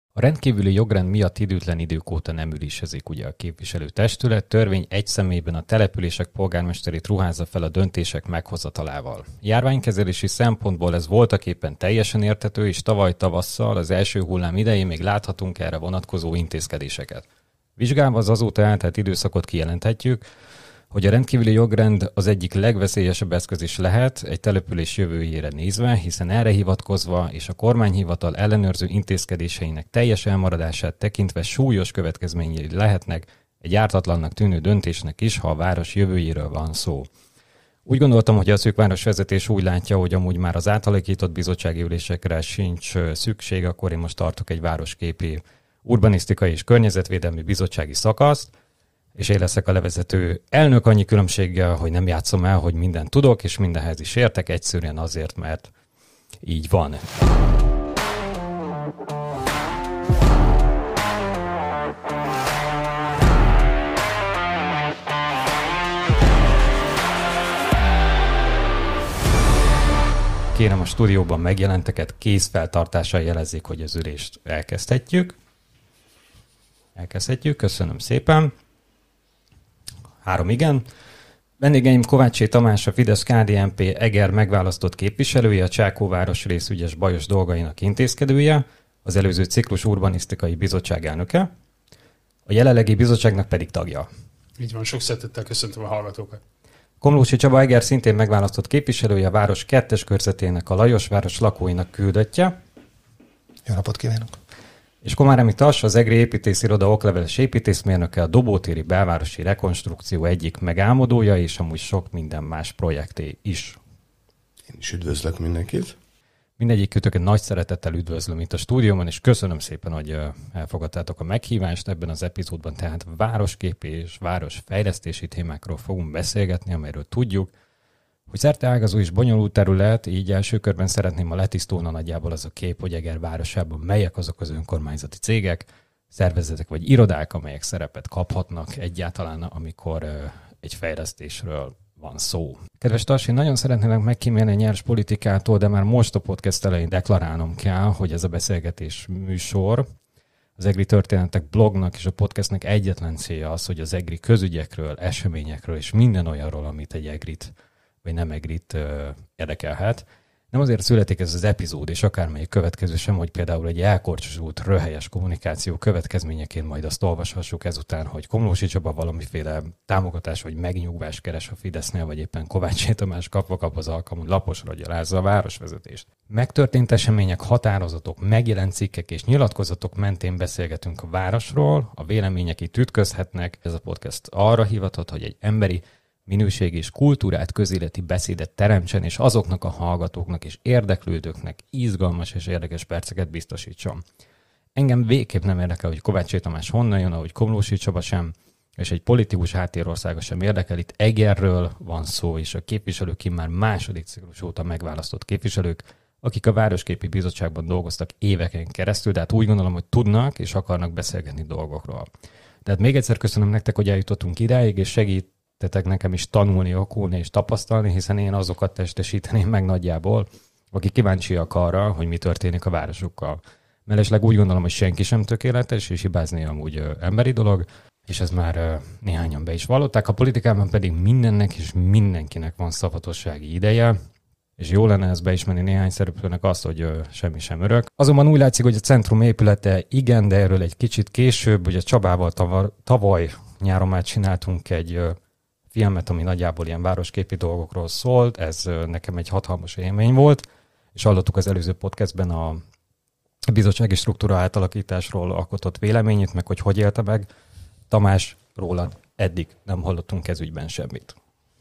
A rendkívüli jogrend miatt időtlen idők óta nem ülésezik ugye a képviselőtestület, törvény egy személyben a települések polgármesterét ruházza fel a döntések meghozatalával. Járványkezelési szempontból ez voltaképpen teljesen érthető, és tavaly tavasszal az első hullám idején még láthatunk erre vonatkozó intézkedéseket. Vizsgálva az azóta eltelt időszakot kijelenthetjük, hogy a rendkívüli jogrend az egyik legveszélyesebb eszköz is lehet egy település jövőjére nézve, hiszen erre hivatkozva és a kormányhivatal ellenőrző intézkedéseinek teljes elmaradását tekintve súlyos következményei lehetnek egy ártatlannak tűnő döntésnek is, ha a város jövőjéről van szó. Úgy gondoltam, hogy a szűkváros vezetés úgy látja, hogy amúgy már az átalakított bizottsági ülésekre sincs szükség, akkor én most tartok egy városképi urbanisztikai és környezetvédelmi bizottsági szakaszt, és én leszek a levezető elnök annyi különbséggel, hogy nem játszom el, hogy mindent tudok, és mindenhez is értek, egyszerűen azért, mert így van. Kérem a stúdióban megjelenteket kézfeltartással jelezzék, hogy az ülést elkezdhetjük. Köszönöm szépen. 3 igen. Vendégeim Kovácsi Tamás, a Fidesz-KDNP Eger megválasztott képviselője, a Csákóváros részügyes bajos dolgainak intézkedője, az előző ciklus urbanisztikai bizottság elnöke, a jelenlegi bizottságnak pedig tagja. Így van, sok szeretettel köszöntöm a hallgatókat. Komlósi Csaba Eger szintén megválasztott képviselője, a város 2. körzetének, a Lajosváros lakóinak küldöttje. Jó napot kívánok! És Komáromi Tas, az EGRI építésziroda okleveles építészmérnöke, a Dobótéri belvárosi rekonstrukció egyik megálmodója, és amúgy sok minden más projekté is. Én is üdvözlök mindenkit. Mindegyikőtöket nagy szeretettel üdvözlöm itt a stúdióban, és köszönöm szépen, hogy elfogadtátok a meghívást. Ebben az epizódban tehát városképi és városfejlesztési témákról fogunk beszélgetni, amelyről tudjuk, hogy szerteágazó és bonyolult terület, így első körben szeretném, a letisztulna nagyjából az a kép, hogy Eger városában melyek azok az önkormányzati cégek, szervezetek vagy irodák, amelyek szerepet kaphatnak egyáltalán, amikor egy fejlesztésről van szó. Kedves Tars, én nagyon szeretnélek megkímélni a nyers politikától, de már most a podcast elején deklarálnom kell, hogy ez a beszélgetés műsor, az EGRI Történetek blognak és a podcastnek egyetlen célja az, hogy az EGRI közügyekről, eseményekről és minden olyanról, amit egy EGRIt vagy nem EGRIt érdekelhet. Nem azért születik ez az epizód, és akármelyik következő sem, hogy például egy elkorcsosult, röhelyes kommunikáció következményeként majd azt olvashassuk ezután, hogy Komlósi Csaba valamiféle támogatás vagy megnyugvás keres a Fidesznél, vagy éppen Kovácsi Tamás kapva kap az alkalmon laposra gyalázza a városvezetést. Megtörtént események, határozatok, megjelent cikkek és nyilatkozatok mentén beszélgetünk a városról, a vélemények itt ütközhetnek. Ez a podcast arra hivatott, hogy egy emberi minőség és kultúrát, közéleti beszédet teremtsen, és azoknak a hallgatóknak és érdeklődőknek izgalmas és érdekes perceket biztosítson. Engem végképp nem érdekel, hogy Kovácsi Tamás honnan jön, ahogy Komlósi Csaba sem, és egy politikus háttérországa sem érdekel. Itt Egerről van szó, és a képviselők már második ciklus óta megválasztott képviselők, akik a Városképi Bizottságban dolgoztak éveken keresztül, de hát úgy gondolom, hogy tudnak és akarnak beszélgetni dolgokról. Tehát még egyszer köszönöm nektek, hogy eljutottunk idáig, és segítetek nekem is tanulni, okulni és tapasztalni, hiszen én azokat testesíteném meg nagyjából, akik kíváncsiak arra, hogy mi történik a városukkal. Mellesleg úgy gondolom, hogy senki sem tökéletes, és hibázni amúgy emberi dolog, és ez már néhányan be is vallották. A politikában pedig mindennek és mindenkinek van szavatossági ideje, és jó lenne ezt beismerni néhány szereplőnek azt, hogy semmi sem örök. Azonban úgy látszik, hogy a centrum épülete igen, de erről egy kicsit később, ugye Csabával tavaly nyáron már csináltunk egy filmet, ami nagyjából ilyen városképi dolgokról szólt. Ez nekem egy hatalmas élmény volt, és hallottuk az előző podcastben a bizottsági struktúra átalakításról alkotott véleményét, meg hogy élte meg. Tamás, rólad eddig nem hallottunk ez ügyben semmit.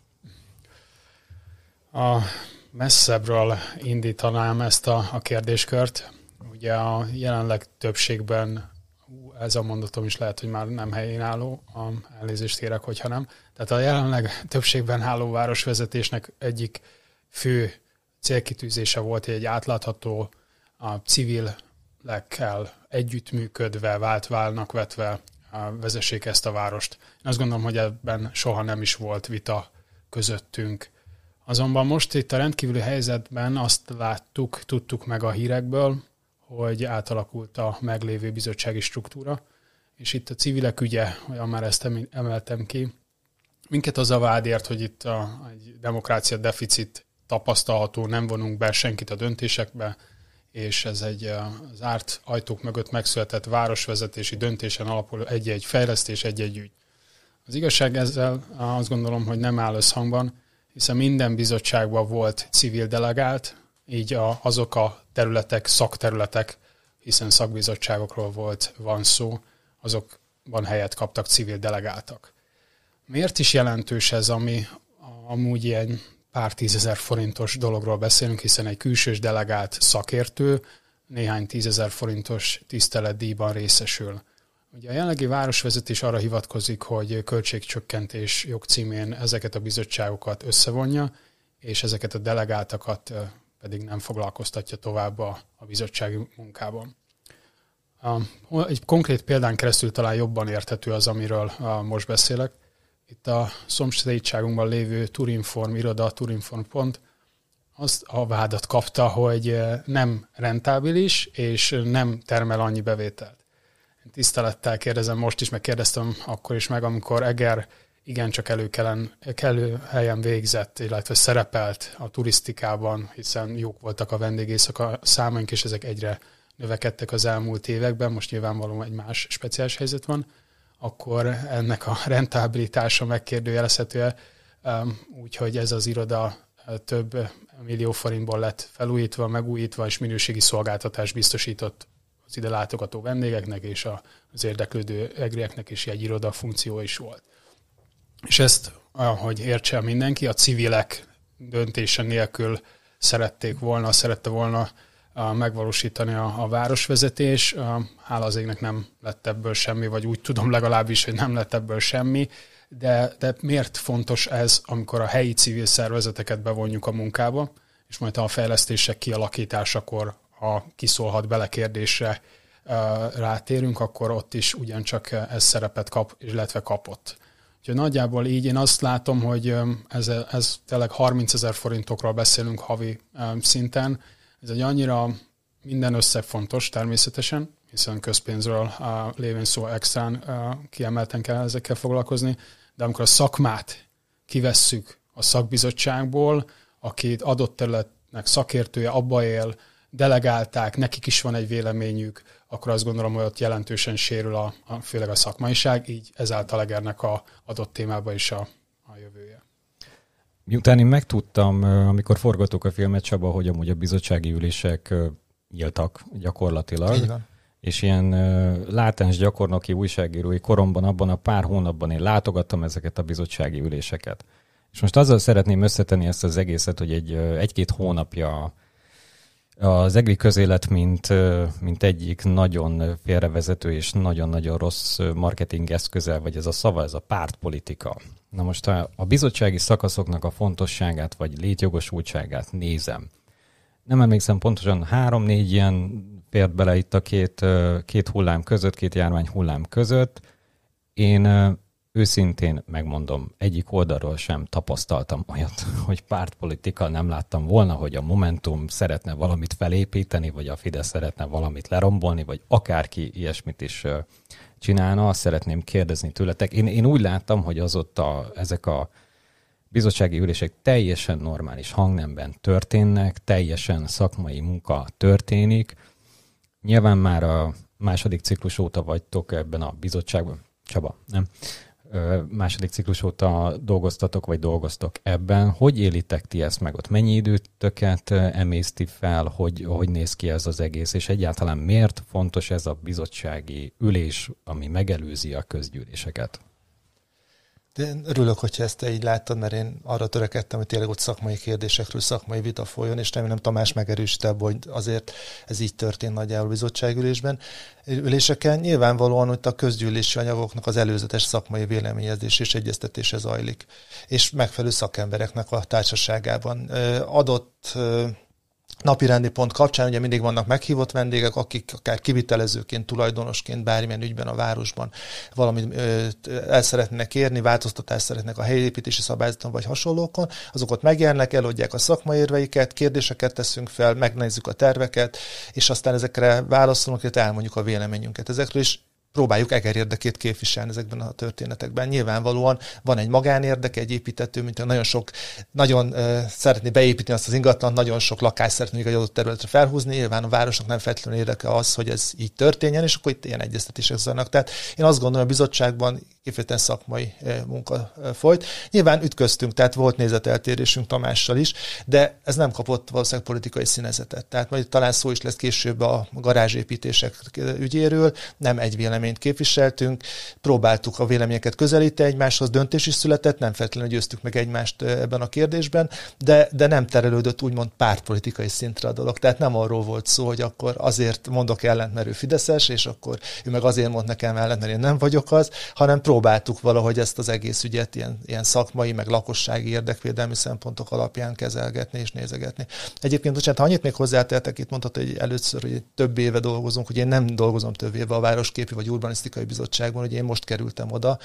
A messzebbről indítanám ezt a kérdéskört. Ugye a jelenleg többségben, ez a mondatom is lehet, hogy már nem helyén álló, elnézést kérek, hogyha nem. Tehát a jelenleg többségben álló városvezetésnek egyik fő célkitűzése volt, hogy egy átlátható, a civilekkel együttműködve, válnak vetve vezessék ezt a várost. Én azt gondolom, hogy ebben soha nem is volt vita közöttünk. Azonban most itt a rendkívüli helyzetben azt tudtuk meg a hírekből, hogy átalakult a meglévő bizottsági struktúra, és itt a civilek ügye, olyan már ezt emeltem ki, minket az a vád ért, hogy itt egy demokrácia deficit tapasztalható, nem vonunk be senkit a döntésekbe, és ez egy zárt ajtók mögött megszületett városvezetési döntésen alapuló egy-egy fejlesztés, egy-egy ügy. Az igazság ezzel azt gondolom, hogy nem áll összhangban, hiszen minden bizottságban volt civil delegált, így azok a területek, szakterületek, hiszen szakbizottságokról van szó, azokban helyet kaptak civil delegáltak. Miért is jelentős ez, ami amúgy ilyen pár 10 000 forintos dologról beszélünk, hiszen egy külsős delegált szakértő néhány 10 000 forintos tiszteletdíjban részesül. Ugye a jelenlegi városvezetés arra hivatkozik, hogy költségcsökkentés jogcímén ezeket a bizottságokat összevonja, és ezeket a delegáltakat pedig nem foglalkoztatja tovább a bizottsági munkában. Egy konkrét példán keresztül talán jobban érthető az, amiről most beszélek. Itt a szomszédságunkban lévő Turinform iroda, Turinform.pont, azt a vádat kapta, hogy nem rentábilis, és nem termel annyi bevételt. Én tisztelettel kérdezem most is, meg kérdeztem akkor is meg, amikor Eger igencsak kellő helyen végzett, illetve szerepelt a turisztikában, hiszen jók voltak a vendégészaka számaink, és ezek egyre növekedtek az elmúlt években, most nyilvánvalóan egy más speciális helyzet van, akkor ennek a rentabilitása megkérdőjelezhető, úgyhogy ez az iroda több millió forintból lett felújítva, megújítva, és minőségi szolgáltatást biztosított az ide látogató vendégeknek és az érdeklődő egrieknek, és egy iroda funkció is volt. És ezt, ahogy értse mindenki, a civilek döntése nélkül szerette volna megvalósítani a városvezetés. Hála az égnek nem lett ebből semmi, vagy úgy tudom legalábbis, hogy nem lett ebből semmi, de miért fontos ez, amikor a helyi civil szervezeteket bevonjuk a munkába, és majd a fejlesztések kialakításakor, ha kiszólhat bele kérdésre rátérünk, akkor ott is ugyancsak ez szerepet kap, illetve kapott. Úgyhogy nagyjából így én azt látom, hogy ez tényleg 30 000 forintokról beszélünk havi szinten. Ez egy annyira minden összeg fontos természetesen, hiszen közpénzről lévén szó extrán kiemelten kell ezekkel foglalkozni, de amikor a szakmát kivesszük a szakbizottságból, aki adott területnek szakértője, abba él, delegálták, nekik is van egy véleményük, akkor azt gondolom, hogy ott jelentősen sérül főleg a szakmaiság, így ezáltal Egernek a adott témába is a jövője. Miután én megtudtam, amikor forgattuk a filmet, Csaba, hogy amúgy a bizottsági ülések nyíltak gyakorlatilag, és ilyen látens gyakornoki újságírói koromban, abban a pár hónapban én látogattam ezeket a bizottsági üléseket. És most azzal szeretném összetenni ezt az egészet, hogy egy-két hónapja az egri közélet, mint egyik nagyon félrevezető és nagyon-nagyon rossz marketing eszköze, vagy ez a szava, ez a pártpolitika. Na most a bizottsági szakaszoknak a fontosságát, vagy létjogosultságát nézem. Nem emlékszem pontosan, 3-4 ilyen fért bele itt a két hullám között, két járvány hullám között. Én őszintén megmondom, egyik oldalról sem tapasztaltam olyat, hogy pártpolitika, nem láttam volna, hogy a Momentum szeretne valamit felépíteni, vagy a Fidesz szeretne valamit lerombolni, vagy akárki ilyesmit is csinálna. Azt szeretném kérdezni tőletek. Én úgy láttam, hogy ezek a bizottsági ülések teljesen normális hangnemben történnek, teljesen szakmai munka történik. Nyilván már a második ciklus óta vagytok ebben a bizottságban. Csaba, nem? Második ciklus óta dolgoztatok, vagy dolgoztok ebben. Hogy élitek ti ezt meg ott? Mennyi időtöket emészti fel? Hogy néz ki ez az egész? És egyáltalán miért fontos ez a bizottsági ülés, ami megelőzi a közgyűléseket? De én örülök, hogyha ezt te így láttad, mert én arra törekedtem, hogy tényleg ott szakmai kérdésekről szakmai vita folyjon, és remélem Tamás megerősített, hogy azért ez így történt nagyjából a bizottságülésben. Üléseken nyilvánvalóan, hogy a közgyűlési anyagoknak az előzetes szakmai véleményezés és egyeztetése zajlik, és megfelelő szakembereknek a társaságában. Adott napirendi pont kapcsán ugye mindig vannak meghívott vendégek, akik akár kivitelezőként, tulajdonosként, bármilyen ügyben a városban valamit el szeretnének érni, változtatást szeretnének a helyépítési szabályzaton vagy hasonlókon, azokat megjelennek, elodják a szakmai érveiket, kérdéseket teszünk fel, megnézzük a terveket, és aztán ezekre válaszolunk, illetve elmondjuk a véleményünket ezekről is. Próbáljuk Eger érdekét képviselni ezekben a történetekben. Nyilvánvalóan van egy magánérdek, egy építető, mint nagyon szeretné beépíteni azt az ingatlan, nagyon sok lakást szeretnék egy adott területre felhúzni, nyilván a városnak nem feltétlenül érdeke az, hogy ez így történjen, és akkor itt ilyen egyeztetések zajlanak. Tehát én azt gondolom, a bizottságban kifejezetten szakmai munka folyt. Nyilván ütköztünk, tehát volt nézeteltérésünk Tamással is, de ez nem kapott valószínűleg politikai színezetet. Tehát majd talán szó is lesz később a garázsépítések ügyéről, nem egy véleményt képviseltünk, próbáltuk a véleményeket közelíteni egymáshoz, döntés is született, nem feltétlenül győztük meg egymást ebben a kérdésben, de nem terelődött úgymond pártpolitikai szintre a dolog. Tehát nem arról volt szó, hogy akkor azért mondok ellent, mert ő fideszes, és akkor ő meg azért mond nekem ellent, mert én nem vagyok az, hanem próbáltuk valahogy ezt az egész ügyet ilyen szakmai, meg lakossági érdekvédelmi szempontok alapján kezelgetni és nézegetni. Egyébként, bocsánat, ha annyit még hozzátettek, itt mondtad, hogy először, hogy több éve dolgozunk, hogy én nem dolgozom több éve a Városképi vagy Urbanisztikai Bizottságban, hogy én most kerültem oda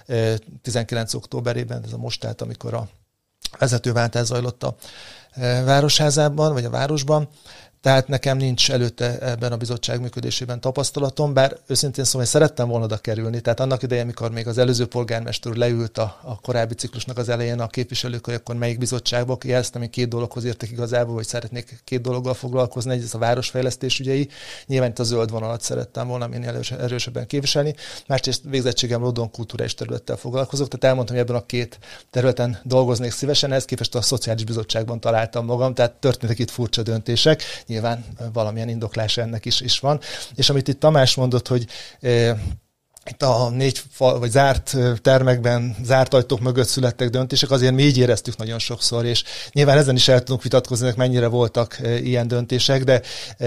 19. októberében, ez a most, tehát amikor a vezetőváltás zajlott a Városházában, vagy a városban. Tehát nekem nincs előtte ebben a bizottság működésében tapasztalatom, bár őszintén szóval hogy szerettem volna oda kerülni. Tehát annak idején, mikor még az előző polgármester leült a korábbi ciklusnak az elején a képviselők, hogy akkor melyik bizottságba, jeleztem, hogy két dologhoz értek igazából, hogy szeretnék két dologgal foglalkozni. Egyrészt a városfejlesztés ügyei, nyilván itt a zöld vonalat szerettem volna minél erősebben képviselni. Másrészt végzettségem Lodon kulturális területtel foglalkozok, tehát elmondtam, hogy ebben a két területen dolgoznék szívesen, ehhez képest a Szociális Bizottságban találtam magam, tehát történtek itt furcsa döntések. Nyilván valamilyen indoklása ennek is van. És amit itt Tamás mondott, hogy itt a 4 fal, vagy zárt termekben, zárt ajtók mögött születtek döntések, azért mi így éreztük nagyon sokszor, és nyilván ezen is el tudunk vitatkozni, mennyire voltak ilyen döntések, de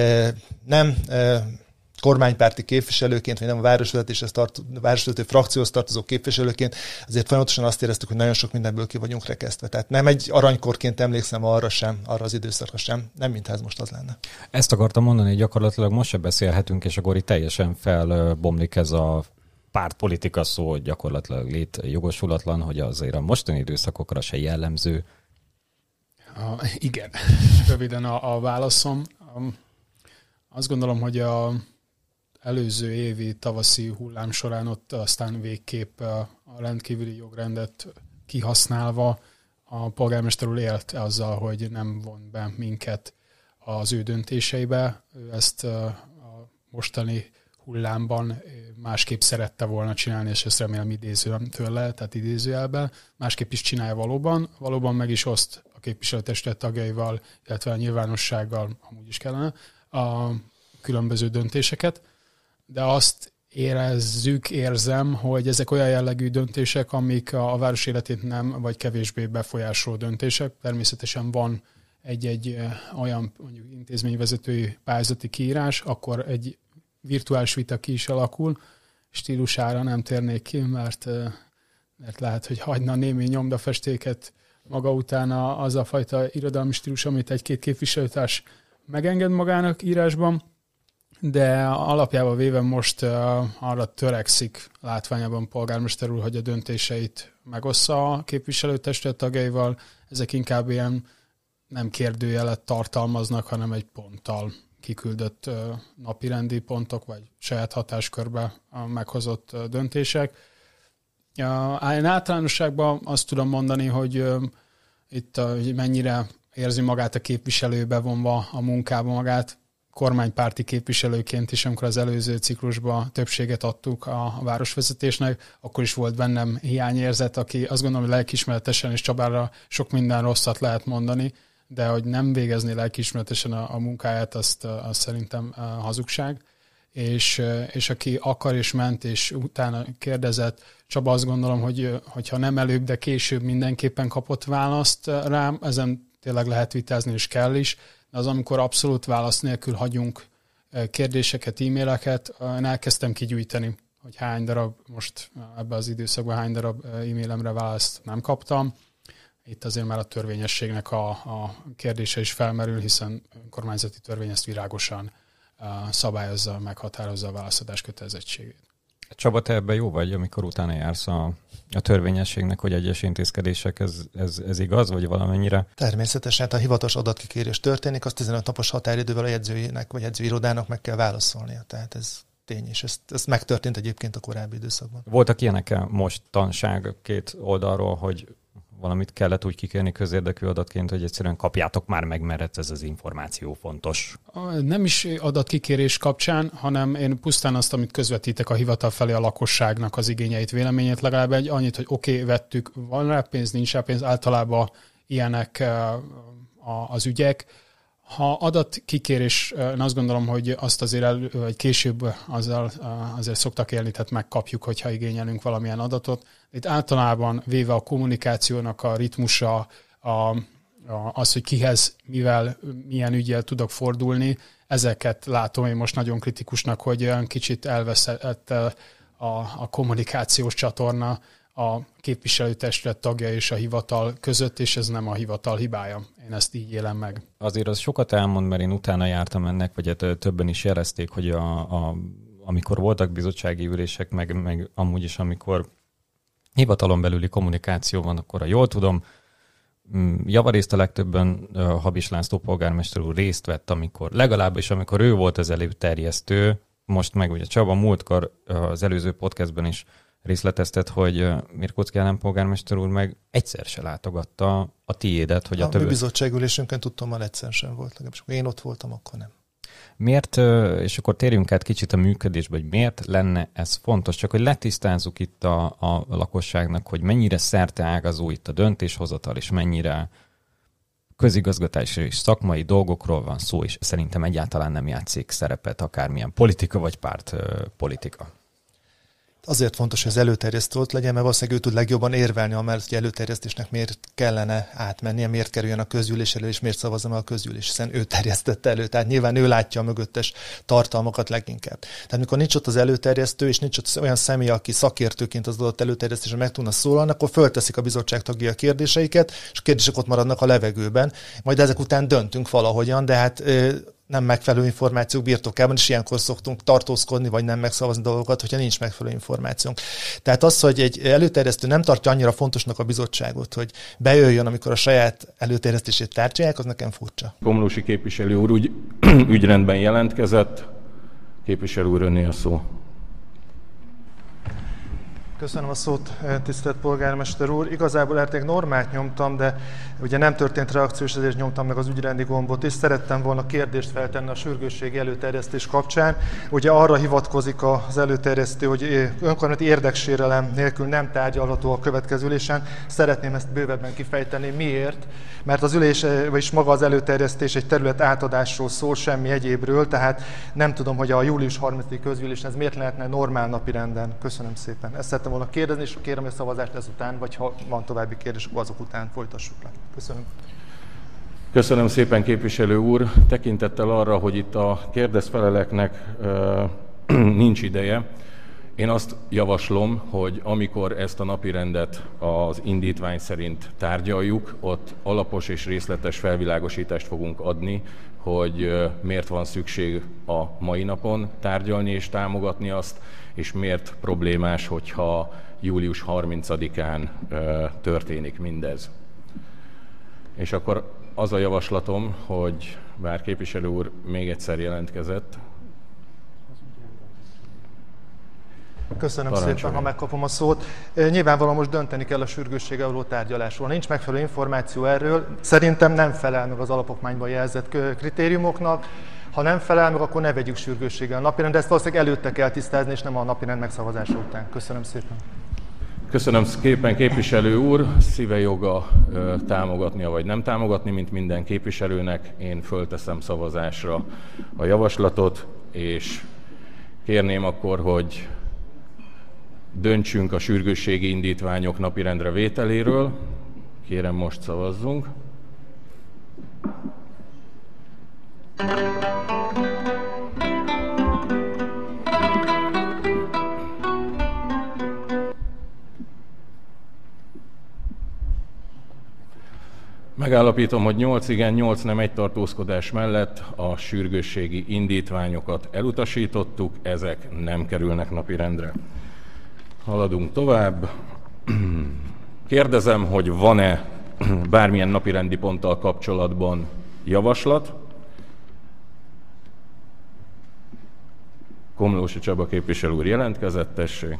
nem kormánypárti képviselőként, vagy nem a városvezető frakcióhoz tartozó képviselőként, azért folyamatosan azt éreztük, hogy nagyon sok mindenből ki vagyunk rekesztve. Tehát nem egy aranykorként emlékszem arra az időszakra sem, nem mintha ez most az lenne. Ezt akartam mondani, hogy gyakorlatilag most se beszélhetünk, és akkor itt teljesen felbomlik ez a pártpolitika szó, hogy gyakorlatilag létjogosulatlan, hogy azért a mostani időszakokra se jellemző. Igen, röviden a válaszom. Azt gondolom, hogy a előző évi tavaszi hullám során ott aztán végképp a rendkívüli jogrendet kihasználva a polgármester úr élt azzal, hogy nem von be minket az ő döntéseibe. Ő ezt a mostani hullámban másképp szerette volna csinálni, és ezt remélem idézőm tőle, tehát idézőjelben. Másképp is csinálja valóban meg is oszt a képviselőtestület tagjaival, illetve a nyilvánossággal, amúgy is kellene, a különböző döntéseket, de azt érzem, hogy ezek olyan jellegű döntések, amik a város életét nem, vagy kevésbé befolyásoló döntések. Természetesen van egy olyan mondjuk intézményvezetői pályázati kiírás, akkor egy virtuális vita ki is alakul, stílusára nem térnék ki, mert lehet, hogy hagyna némi nyomdafestéket maga után az a fajta irodalmi stílus, amit egy-két képviselőtárs megenged magának írásban, de alapjában véve most arra törekszik látványában polgármester úr, hogy a döntéseit megossza a képviselőtestület tagjaival. Ezek inkább ilyen nem kérdőjelet tartalmaznak, hanem egy ponttal kiküldött napirendi pontok, vagy saját hatáskörbe meghozott döntések. Én általánosságban azt tudom mondani, hogy itt mennyire érzi magát a képviselő bevonva a munkába magát, kormánypárti képviselőként is, amikor az előző ciklusban többséget adtuk a városvezetésnek, akkor is volt bennem hiányérzet, aki azt gondolom, hogy lelkiismeretesen és Csabára sok minden rosszat lehet mondani, de hogy nem végezni lelkiismeretesen a munkáját, azt szerintem hazugság. És aki akar és ment, és utána kérdezett, Csaba azt gondolom, hogy ha nem előbb, de később mindenképpen kapott választ rám, ezen tényleg lehet vitázni, és kell is, de az, amikor abszolút válasz nélkül hagyunk kérdéseket, e-maileket, én elkezdtem kigyűjteni, hogy hány darab, most ebben az időszakban hány darab e-mailemre választ nem kaptam. itt azért már a törvényességnek a kérdése is felmerül, hiszen önkormányzati törvény ezt virágosan szabályozza, meghatározza a választás kötelezettségét. Csaba, te ebben jó vagy, amikor utána jársz a törvényességnek, hogy egyes intézkedések, ez igaz, vagy valamennyire? Természetesen, hát a hivatalos adatkikérés történik, az 15 napos határidővel a jegyzőjének vagy jegyzőirodának meg kell válaszolnia. Tehát ez tény, és ez megtörtént egyébként a korábbi időszakban. Voltak ilyenek mostanság két oldalról, hogy valamit kellett úgy kikérni közérdekű adatként, hogy egyszerűen kapjátok már meg, mert ez az információ fontos? Nem is adatkikérés kapcsán, hanem én pusztán azt, amit közvetítek a hivatal felé a lakosságnak az igényeit, véleményét, legalább annyit, hogy oké, vettük, van rá pénz, nincs rá pénz, általában ilyenek az ügyek. Ha adatkikérés, én azt gondolom, hogy azt azért vagy később azért szoktak élni, tehát megkapjuk, hogyha igényelünk valamilyen adatot. Itt általában véve a kommunikációnak a ritmusa, az, hogy kihez, mivel, milyen ügyel tudok fordulni, ezeket látom én most nagyon kritikusnak, hogy olyan kicsit elveszett a kommunikációs csatorna a képviselőtestület tagja és a hivatal között, és ez nem a hivatal hibája. Én ezt így élem meg. Azért az sokat elmond, mert én utána jártam ennek, vagy többen is jelezték, hogy amikor voltak bizottsági ülések, meg amúgy is, amikor hivatalon belüli kommunikáció van, akkor jól tudom, javarészt a legtöbben Habis László polgármester úr részt vett, legalábbis amikor ő volt az előterjesztő, most meg ugye Csaba múltkor az előző podcastben is részleteztet, hogy Mirkóczky állampolgármester úr meg egyszer se látogatta a tiédet, hogy a többi... A bizottságülésünkön tudtam, már egyszer sem volt, legalábbis én ott voltam, akkor nem. Miért, és akkor térjünk át kicsit a működésbe, hogy miért lenne ez fontos, csak hogy letisztázzuk itt a lakosságnak, hogy mennyire szerteágazó itt a döntéshozatal, és mennyire közigazgatási és szakmai dolgokról van szó, és szerintem egyáltalán nem játszik szerepet akármilyen politika vagy pártpolitika. Azért fontos, hogy az előterjesztő ott legyen, mert valószínűleg ő tud legjobban érvelni amellett, hogy előterjesztésnek miért kellene átmennie, miért kerüljön a közgyűlés elő, és miért szavazza meg a közgyűlés, hiszen ő terjesztette elő. Tehát nyilván ő látja a mögöttes tartalmakat leginkább. Tehát mikor nincs ott az előterjesztő, és nincs ott olyan személy, aki szakértőként az adott előterjesztésre meg tudna szólalni, akkor fölteszik a bizottság tagjai a kérdéseiket, és a kérdések ott maradnak a levegőben. Majd ezek után döntünk valahogyan, de hát nem megfelelő információk birtokában, és ilyenkor szoktunk tartózkodni, vagy nem megszavazni dolgokat, hogyha nincs megfelelő információnk. Tehát az, hogy egy előterjesztő nem tartja annyira fontosnak a bizottságot, hogy bejöjjön, amikor a saját előterjesztését tárgyalják, az nekem furcsa. Komlósi képviselő úr ügyrendben jelentkezett. Képviselő úr, önné a szó. Köszönöm a szót, tisztelt polgármester úr. Igazából egy normát nyomtam, de ugye nem történt reakció, és ezért nyomtam meg az ügyrendi gombot, és szerettem volna kérdést feltenni a sürgősségi előterjesztés kapcsán. Ugye arra hivatkozik az előterjesztő, hogy önkormányzati érdeksérelem nélkül nem tárgyalható a következő ülésen. Szeretném ezt bővebben kifejteni. Miért? Mert az ülés, vagyis maga az előterjesztés egy terület átadásról szól, semmi egyébről, tehát nem tudom, hogy a július 30. közgyűlésen ez miért lehetne normál napirenden. Köszönöm szépen. Ezt szerettem volna kérdezni, és kérem, hogy a szavazást ezután, vagy ha van további kérdés, akkor azok után folytassuk le. Köszönöm. Köszönöm szépen, képviselő úr. Tekintettel arra, hogy itt a kérdezfeleleknek nincs ideje, én azt javaslom, hogy amikor ezt a napirendet az indítvány szerint tárgyaljuk, ott alapos és részletes felvilágosítást fogunk adni, hogy miért van szükség a mai napon tárgyalni és támogatni azt, és miért problémás, hogyha július 30-án történik mindez. És akkor az a javaslatom, hogy bár képviselő úr még egyszer jelentkezett. Köszönöm szépen, ha megkapom a szót. Nyilvánvalóan most dönteni kell a sürgősséggel való tárgyalásról. Nincs megfelelő információ erről. Szerintem nem felel meg az alapokmányban jelzett kritériumoknak. Ha nem felel meg, akkor ne vegyük sürgősséggel a napirend, de ezt valószínűleg előtte kell tisztázni, és nem a napirend megszavazása után. Köszönöm szépen. Köszönöm szépen, képviselő úr. Szíve joga támogatnia vagy nem támogatni, mint minden képviselőnek. Én fölteszem szavazásra a javaslatot, és kérném akkor, hogy döntsünk a sürgősségi indítványok napirendre vételéről. Kérem, most szavazzunk. Megállapítom, hogy 8 igen, 8 nem, egy tartózkodás mellett a sürgősségi indítványokat elutasítottuk, ezek nem kerülnek napirendre. Haladunk tovább. Kérdezem, hogy van-e bármilyen napirendi ponttal kapcsolatban javaslat? Komlósi Csaba képviselő úr jelentkezett, tessék.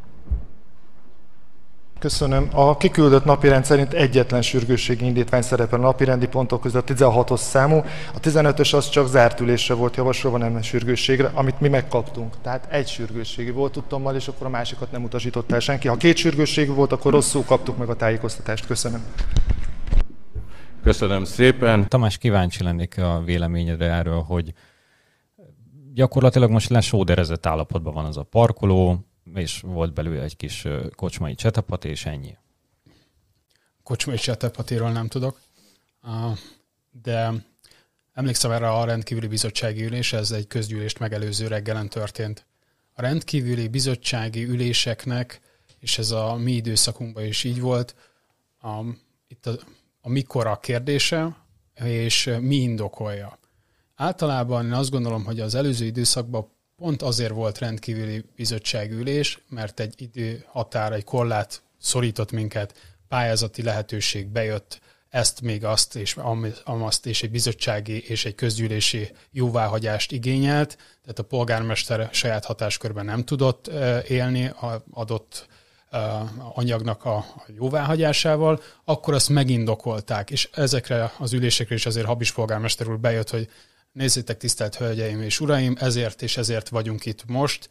Köszönöm. A kiküldött napirend szerint egyetlen sürgősségi indítvány szerepel a napirendi pontok között, a 16-os számú. A 15-ös az csak zárt ülésre volt javasolva, nem sürgősségre, amit mi megkaptunk. Tehát egy sürgősségi volt tudtommal, és akkor a másikat nem utasított el senki. Ha 2 sürgősségi volt, akkor rosszul kaptuk meg a tájékoztatást. Köszönöm. Köszönöm szépen. Tamás, kíváncsi lennék a véleményedre erről, hogy gyakorlatilag most lesóderezett állapotban van az a parkoló, és volt belőle egy kis kocsmai csetepati, és ennyi. Kocsmai csetepatiról nem tudok, de emlékszem erre a rendkívüli bizottsági ülés, ez egy közgyűlést megelőző reggelen történt. A rendkívüli bizottsági üléseknek, és ez a mi időszakunkban is így volt, itt a mikor a kérdése, és mi indokolja. Általában én azt gondolom, hogy az előző időszakban pont azért volt rendkívüli bizottsági ülés, mert egy időhatár, egy korlát szorított minket, pályázati lehetőség bejött, ezt még azt és amazt, és egy bizottsági és egy közgyűlési jóváhagyást igényelt, tehát a polgármester saját hatáskörben nem tudott élni a adott anyagnak a jóváhagyásával, akkor azt megindokolták, és ezekre az ülésekre is azért Habis polgármester úr bejött, hogy nézzétek, tisztelt hölgyeim és uraim, ezért és ezért vagyunk itt most.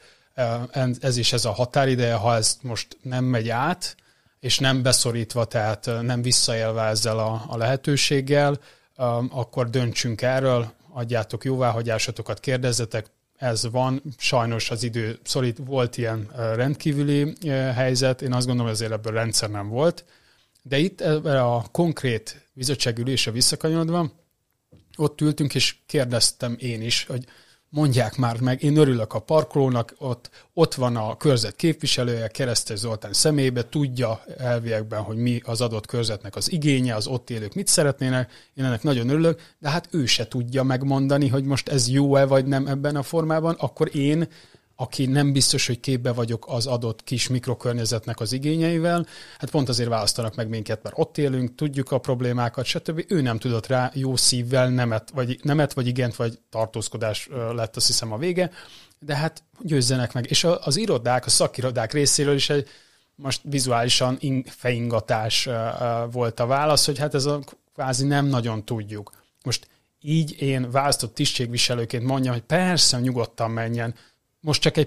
Ez is ez a határideje, ha ez most nem megy át, és nem beszorítva, tehát nem visszaélve ezzel a lehetőséggel, akkor döntsünk erről, adjátok jóváhagyásatokat, kérdezzetek, ez van. Sajnos az idő szorít, volt ilyen rendkívüli helyzet, én azt gondolom, hogy azért ebből rendszer nem volt. De itt a konkrét bizottságülésre visszakanyarodva, ott ültünk, és kérdeztem én is, hogy mondják már meg, én örülök a parkolónak, ott van a körzet képviselője, Keresztes Zoltán személyében, tudja elviekben, hogy mi az adott körzetnek az igénye, az ott élők mit szeretnének, én ennek nagyon örülök, de hát ő se tudja megmondani, hogy most ez jó-e vagy nem ebben a formában, akkor én, aki nem biztos, hogy képbe vagyok az adott kis mikrokörnyezetnek az igényeivel, hát pont azért választanak meg minket, mert ott élünk, tudjuk a problémákat, stb. Ő nem tudott rá jó szívvel nemet, vagy igent, vagy tartózkodás lett, azt hiszem a vége, de hát győzzenek meg. És az irodák, a szakirodák részéről is egy most vizuálisan fejingatás volt a válasz, hogy hát ez a kvázi nem nagyon tudjuk. Most így én választott tisztségviselőként mondjam, hogy persze nyugodtan menjen. Most csak egy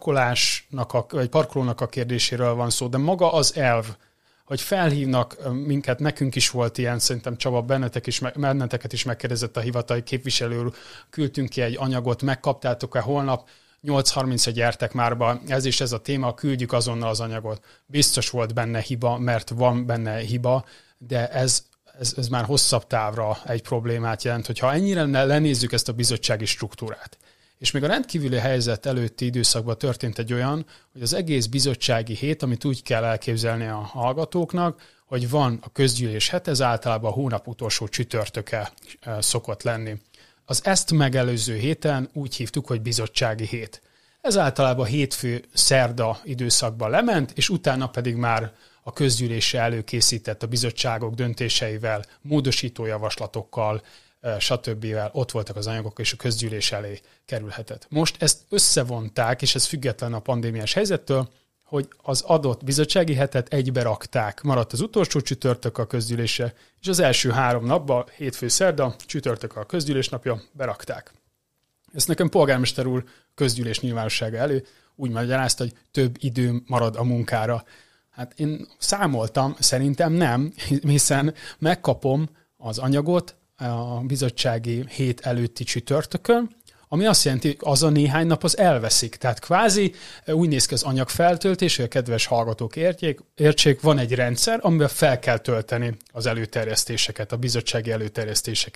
parkolónak a kérdéséről van szó, de maga az elv, hogy felhívnak minket, nekünk is volt ilyen, szerintem Csaba, benneteket is megkérdezett a hivatali képviselő, küldtünk ki egy anyagot, megkaptátok-e holnap, 8:30-ra gyertek már be, ez is ez a téma, küldjük azonnal az anyagot. Biztos volt benne hiba, mert van benne hiba, de ez már hosszabb távra egy problémát jelent, hogyha ennyire lenézzük ezt a bizottsági struktúrát. És még a rendkívüli helyzet előtti időszakban történt egy olyan, hogy az egész bizottsági hét, amit úgy kell elképzelni a hallgatóknak, hogy van a közgyűlés hete, ez általában a hónap utolsó csütörtöke szokott lenni. Az ezt megelőző héten úgy hívtuk, hogy bizottsági hét. Ez általában hétfő, szerda időszakban lement, és utána pedig már a közgyűlésre előkészített a bizottságok döntéseivel, módosító javaslatokkal, stb. Ott voltak az anyagok, és a közgyűlés elé kerülhetett. Most ezt összevonták, és ez független a pandémiás helyzettől, hogy az adott bizottsági hetet egybe rakták. Maradt az utolsó csütörtök a közgyűlésre, és az első 3 napban, hétfő, szerda, csütörtök a közgyűlés napja, berakták. Ezt nekem polgármester úr közgyűlés nyilvánossága elő úgy magyarázta, hogy több idő marad a munkára. Hát én számoltam, szerintem nem, hiszen megkapom az anyagot a bizottsági hét előtti csütörtökön, ami azt jelenti, hogy az a néhány nap az elveszik. Tehát kvázi úgy néz ki az anyagfeltöltés, hogy a kedves hallgatók értsék, van egy rendszer, amiben fel kell tölteni az előterjesztéseket, a bizottsági előterjesztéseket.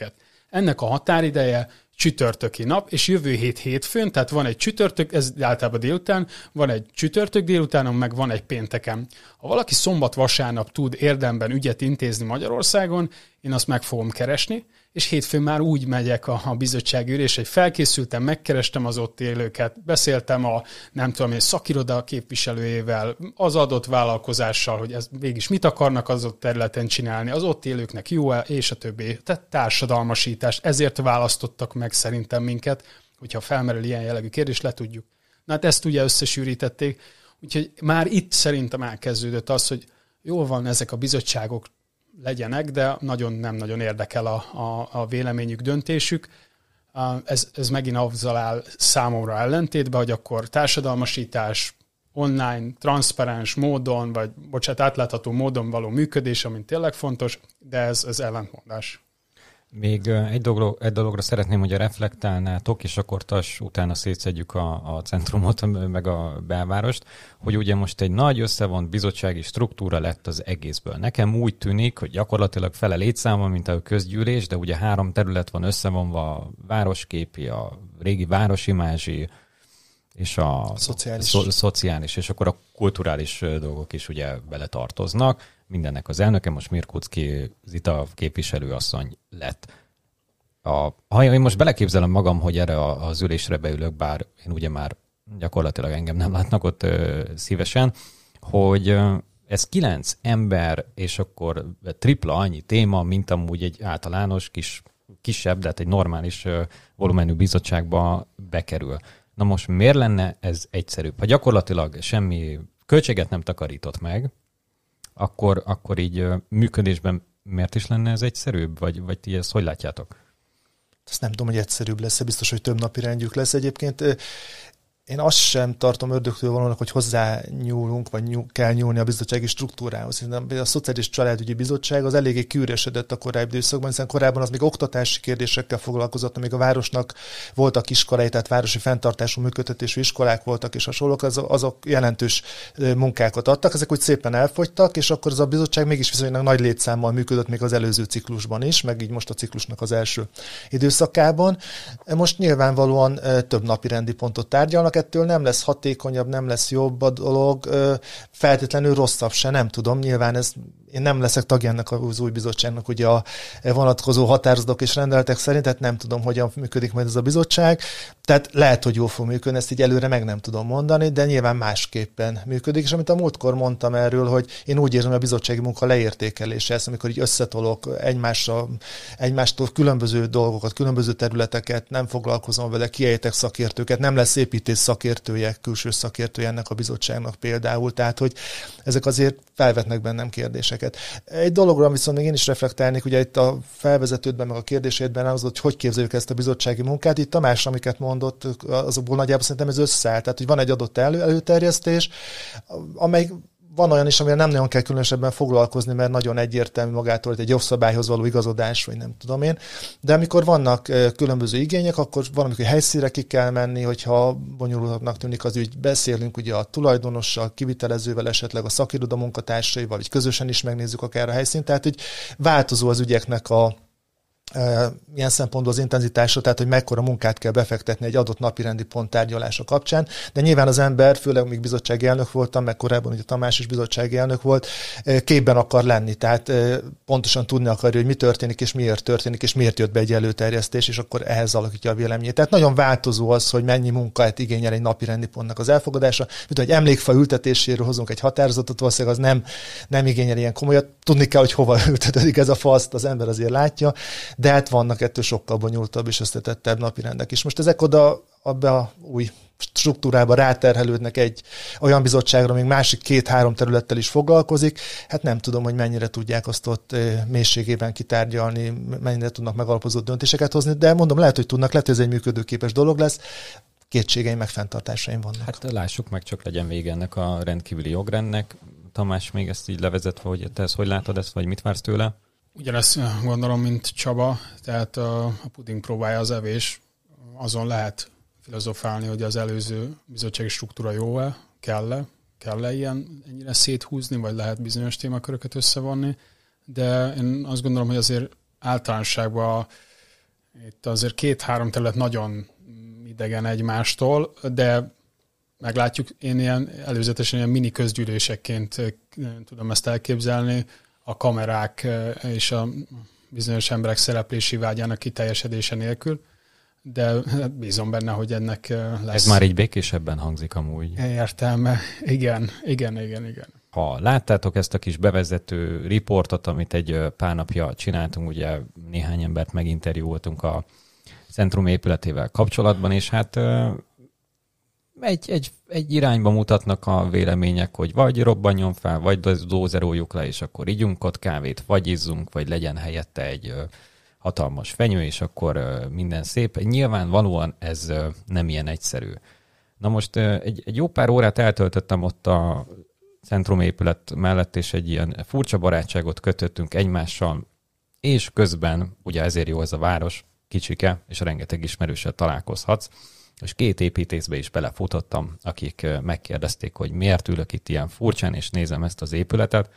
Ennek a határideje csütörtöki nap, és jövő hét hétfőn, tehát van egy csütörtök, ez általában délután, van egy csütörtök délutánon, meg van egy pénteken. Ha valaki szombat-vasárnap tud érdemben ügyet intézni Magyarországon, én azt meg fogom keresni, és hétfőn már úgy megyek a bizottsági ülésre, hogy felkészültem, megkerestem az ott élőket, beszéltem egy szakiroda képviselőjével, az adott vállalkozással, hogy ez mégis mit akarnak az ott területen csinálni, az ott élőknek jó-e, és a többi. Tehát társadalmasítás, ezért választottak meg szerintem minket, hogyha felmerül ilyen jellegű kérdés, le tudjuk. Na hát ezt ugye összesűrítették, úgyhogy már itt szerintem elkezdődött az, hogy jól van, ezek a bizottságok legyenek, de nem nagyon érdekel a véleményük, döntésük. Ez megint azzal áll számomra ellentétben, hogy akkor társadalmasítás, online, transzparens módon, átlátható módon való működés, amint tényleg fontos, de ez ellentmondás. Még egy dologra szeretném, hogy reflektálnátok, és akkor utána szétszedjük a centrumot, meg a belvárost, hogy ugye most egy nagy összevont bizottsági struktúra lett az egészből. Nekem úgy tűnik, hogy gyakorlatilag fele létszáma, mint a közgyűlés, de ugye 3 terület van összevonva, a városképi, a régi városimázsi, és a szociális, és akkor a kulturális dolgok is ugye bele tartoznak. Mindennek az elnöke, most Mirkucki Zita képviselőasszony lett. Ha én most beleképzelem magam, hogy erre az ülésre beülök, bár én ugye már gyakorlatilag engem nem látnak ott szívesen, hogy ez 9 ember, és akkor tripla annyi téma, mint amúgy egy általános kisebb, de hát egy normális volumenű bizottságba bekerül. Na most miért lenne ez egyszerűbb? Ha gyakorlatilag semmi költséget nem takarított meg, akkor így működésben miért is lenne ez egyszerűbb? Vagy ti ezt hogy látjátok? Ezt nem tudom, hogy egyszerűbb lesz, biztos, hogy több napi rendjük lesz. Egyébként én azt sem tartom ördögtől valónak, hogy hozzá nyúlunk, vagy kell nyúlni a bizottsági struktúrához. A Szociális Családügyi Bizottság az eléggé kiüresedett a korábbi időszakban, hiszen korábban az még oktatási kérdésekkel foglalkozott, még a városnak voltak iskolái, tehát városi fenntartású működtetésű iskolák voltak és hasonlók, azok jelentős munkákat adtak, ezek úgy szépen elfogytak, és akkor az a bizottság mégis viszonylag nagy létszámmal működött még az előző ciklusban is, meg így most a ciklusnak az első időszakában. Most nyilvánvalóan több napi rendi pontot tárgyalnak, ettől nem lesz hatékonyabb, nem lesz jobb a dolog, feltétlenül rosszabb se, nem tudom. Nyilván én nem leszek tagjának az új bizottságnak ugye a vonatkozó határozatok és rendeletek szerint, tehát nem tudom, hogyan működik majd ez a bizottság. Tehát lehet, hogy jól fog működni, ezt így előre meg nem tudom mondani, de nyilván másképpen működik. És amit a múltkor mondtam erről, hogy én úgy érzem, hogy a bizottsági munka leértékelése ez, amikor így összetolok egymástól különböző dolgokat, különböző területeket, nem foglalkozom vele, kiejtek szakértőket, nem lesz építész szakértője, külső szakértője ennek a bizottságnak például, tehát hogy ezek azért felvetnek bennem kérdéseket. Egy dologra viszont még én is reflektálnék, ugye itt a felvezetődben, meg a kérdésedben az, hogy képzeljük ezt a bizottsági munkát. Itt Tamás, amiket mondott, azokból nagyjából szerintem ez összeáll. Tehát, hogy van egy adott előterjesztés, amely van olyan is, amivel nem nagyon kell különösebben foglalkozni, mert nagyon egyértelmű magától, hogy egy jogszabályhoz való igazodás, vagy nem tudom én. De amikor vannak különböző igények, akkor valamikor helyszínre ki kell menni, hogyha bonyolultnak tűnik az ügy, beszélünk ugye a tulajdonossal, kivitelezővel, esetleg a szakiroda munkatársaival, vagy közösen is megnézzük akár a helyszínt. Tehát, hogy változó az ügyeknek ilyen szempontból az intenzitása, tehát hogy mekkora munkát kell befektetni egy adott napirendi pont tárgyalása kapcsán, de nyilván az ember, főleg még bizottsági elnök voltam, meg korábban ugye Tamás is bizottsági elnök volt, képben akar lenni, tehát pontosan tudni akarja, hogy mi történik, és miért jött be egy előterjesztés, és akkor ehhez alakítja a véleményét. Tehát nagyon változó az, hogy mennyi munkát igényel egy napirendi pontnak az elfogadása. Mint hogy emlékfa ültetéséről hozunk egy határozatot, valószínűleg az nem igényel ilyen komolyat. Tudni kell, hogy hova ültetődik ez a fa, azt az ember azért látja. De hát vannak ettől sokkal bonyolultabb és összetettebb napirendek is. Most ezek abba a új struktúrába ráterhelődnek egy olyan bizottságra, még másik 2-3 területtel is foglalkozik. Hát nem tudom, hogy mennyire tudják azt ott mélységében kitárgyalni, mennyire tudnak megalapozott döntéseket hozni, de mondom, lehet, hogy tudnak, lehet, hogy ez egy működőképes dolog lesz. Kétségeim, meg fenntartásaim vannak. Hát lássuk meg, csak legyen vége ennek a rendkívüli jogrendnek. Tamás, még ezt így levezetve, hogy te ezt hogy látod ezt, vagy mit vársz tőle? Ugyanezt gondolom, mint Csaba, tehát a puding próbálja az evés. Azon lehet filozofálni, hogy az előző bizottsági struktúra jó-e, kell-e ilyen ennyire széthúzni, vagy lehet bizonyos témaköröket összevonni, de én azt gondolom, hogy azért általánosságban Itt azért 2-3 terület nagyon idegen egymástól, de meglátjuk, én előzetesen ilyen mini közgyűlésekként tudom ezt elképzelni, a kamerák és a bizonyos emberek szereplési vágyának kiteljesedése nélkül, de bízom benne, hogy ennek lesz. Ez már így békésebben hangzik amúgy. Értelme. Igen. Ha láttátok ezt a kis bevezető riportot, amit egy pár napja csináltunk, ugye néhány embert meginterjúoltunk a centrum épületével kapcsolatban, és hát egy irányba mutatnak a vélemények, hogy vagy robbanjon fel, vagy dózeroljuk le, és akkor ígyunk ott kávét, vagy izzunk, vagy legyen helyette egy hatalmas fenyő, és akkor minden szép. Nyilvánvalóan ez nem ilyen egyszerű. Na most egy jó pár órát eltöltöttem ott a centrumépület mellett, és egy ilyen furcsa barátságot kötöttünk egymással, és közben, ugye ezért jó ez a város, kicsike, és rengeteg ismerőssel találkozhatsz, és 2 építészbe is belefutottam, akik megkérdezték, hogy miért ülök itt ilyen furcsán, és nézem ezt az épületet.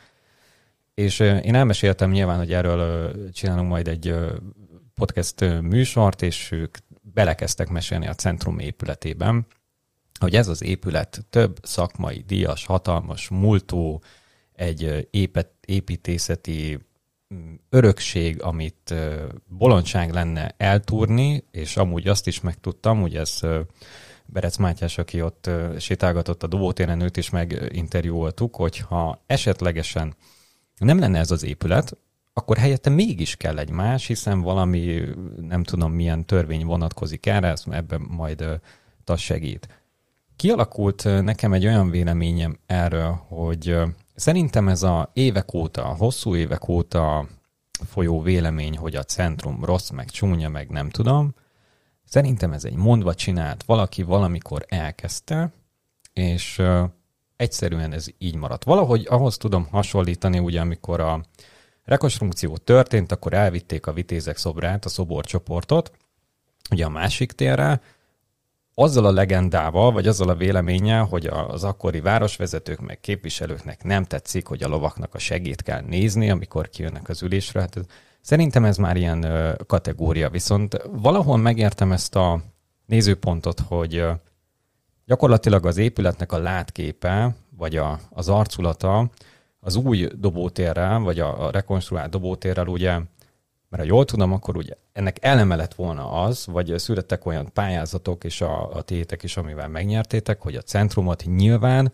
És én elmeséltem nyilván, hogy erről csinálunk majd egy podcast műsort, és ők belekezdtek mesélni a centrum épületében, hogy ez az épület több szakmai, díjas, hatalmas, múltú, egy építészeti örökség, amit bolondság lenne eltúrni, és amúgy azt is megtudtam, hogy ez Berec Mátyás, aki ott sétálgatott a dobótéren, őt is meginterjúoltuk, hogy ha esetlegesen nem lenne ez az épület, akkor helyette mégis kell egy más, hiszen valami, nem tudom milyen törvény vonatkozik erre, ebben majd TASZ segít. Kialakult nekem egy olyan véleményem erről, hogy szerintem ez a hosszú évek óta folyó vélemény, hogy a centrum rossz, meg csúnya, meg nem tudom, szerintem ez egy mondva csinált, valaki valamikor elkezdte, és egyszerűen ez így maradt. Valahogy ahhoz tudom hasonlítani, ugye amikor a rekonstrukció történt, akkor elvitték a Vitézek szobrát, a szoborcsoportot, ugye a másik térre, azzal a legendával, vagy azzal a véleménnyel, hogy az akkori városvezetők meg képviselőknek nem tetszik, hogy a lovaknak a segét kell nézni, amikor kijönnek az ülésre. Hát szerintem ez már ilyen kategória. Viszont valahol megértem ezt a nézőpontot, hogy gyakorlatilag az épületnek a látképe, vagy az arculata az új dobótérrel, vagy a rekonstruált dobótérrel ugye, mert ha jól tudom, akkor ugye ennek eleme lett volna az, vagy születtek olyan pályázatok és a tétek is, amivel megnyertétek, hogy a centrumot nyilván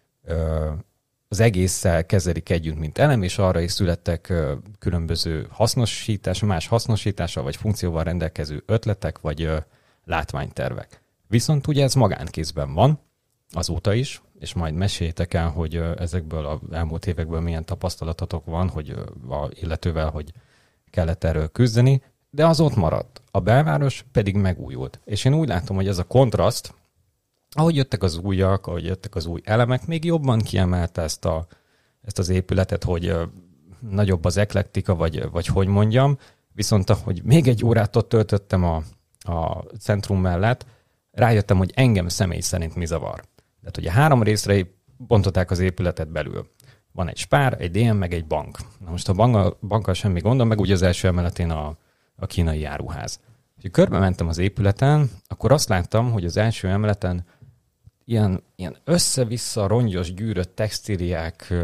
az egésszel kezelik együtt, mint elem, és arra is születtek különböző más hasznosítással, vagy funkcióval rendelkező ötletek, vagy látványtervek. Viszont ugye ez magánkézben van, azóta is, és majd meséljétek el, hogy ezekből az elmúlt évekből milyen tapasztalatotok van, hogy illetővel, hogy kellett erről küzdeni, de az ott maradt. A belváros pedig megújult. És én úgy látom, hogy ez a kontraszt, ahogy jöttek az újak, ahogy jöttek az új elemek, még jobban kiemelte ezt az épületet, hogy nagyobb az eklektika, vagy hogy mondjam, viszont ahogy még egy órát ott töltöttem a centrum mellett, rájöttem, hogy engem személy szerint mi zavar. Tehát ugye 3 részre bontották az épületet belül. Van egy Spár, egy DM, meg egy bank. Na most a bankkal semmi gondom, meg ugye az első emeletén a kínai áruház. Ha körbe mentem az épületen, akkor azt láttam, hogy az első emeleten ilyen össze-vissza rongyos, gyűrött textíliák,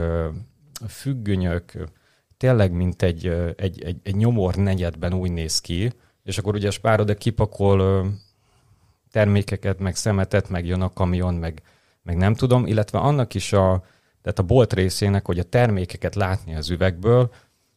függönyök, tényleg mint egy nyomor negyedben úgy néz ki, és akkor ugye a Spár oda kipakol termékeket, meg szemetet, meg jön a kamion, meg nem tudom, illetve annak is tehát a bolt részének, hogy a termékeket látni az üvegből,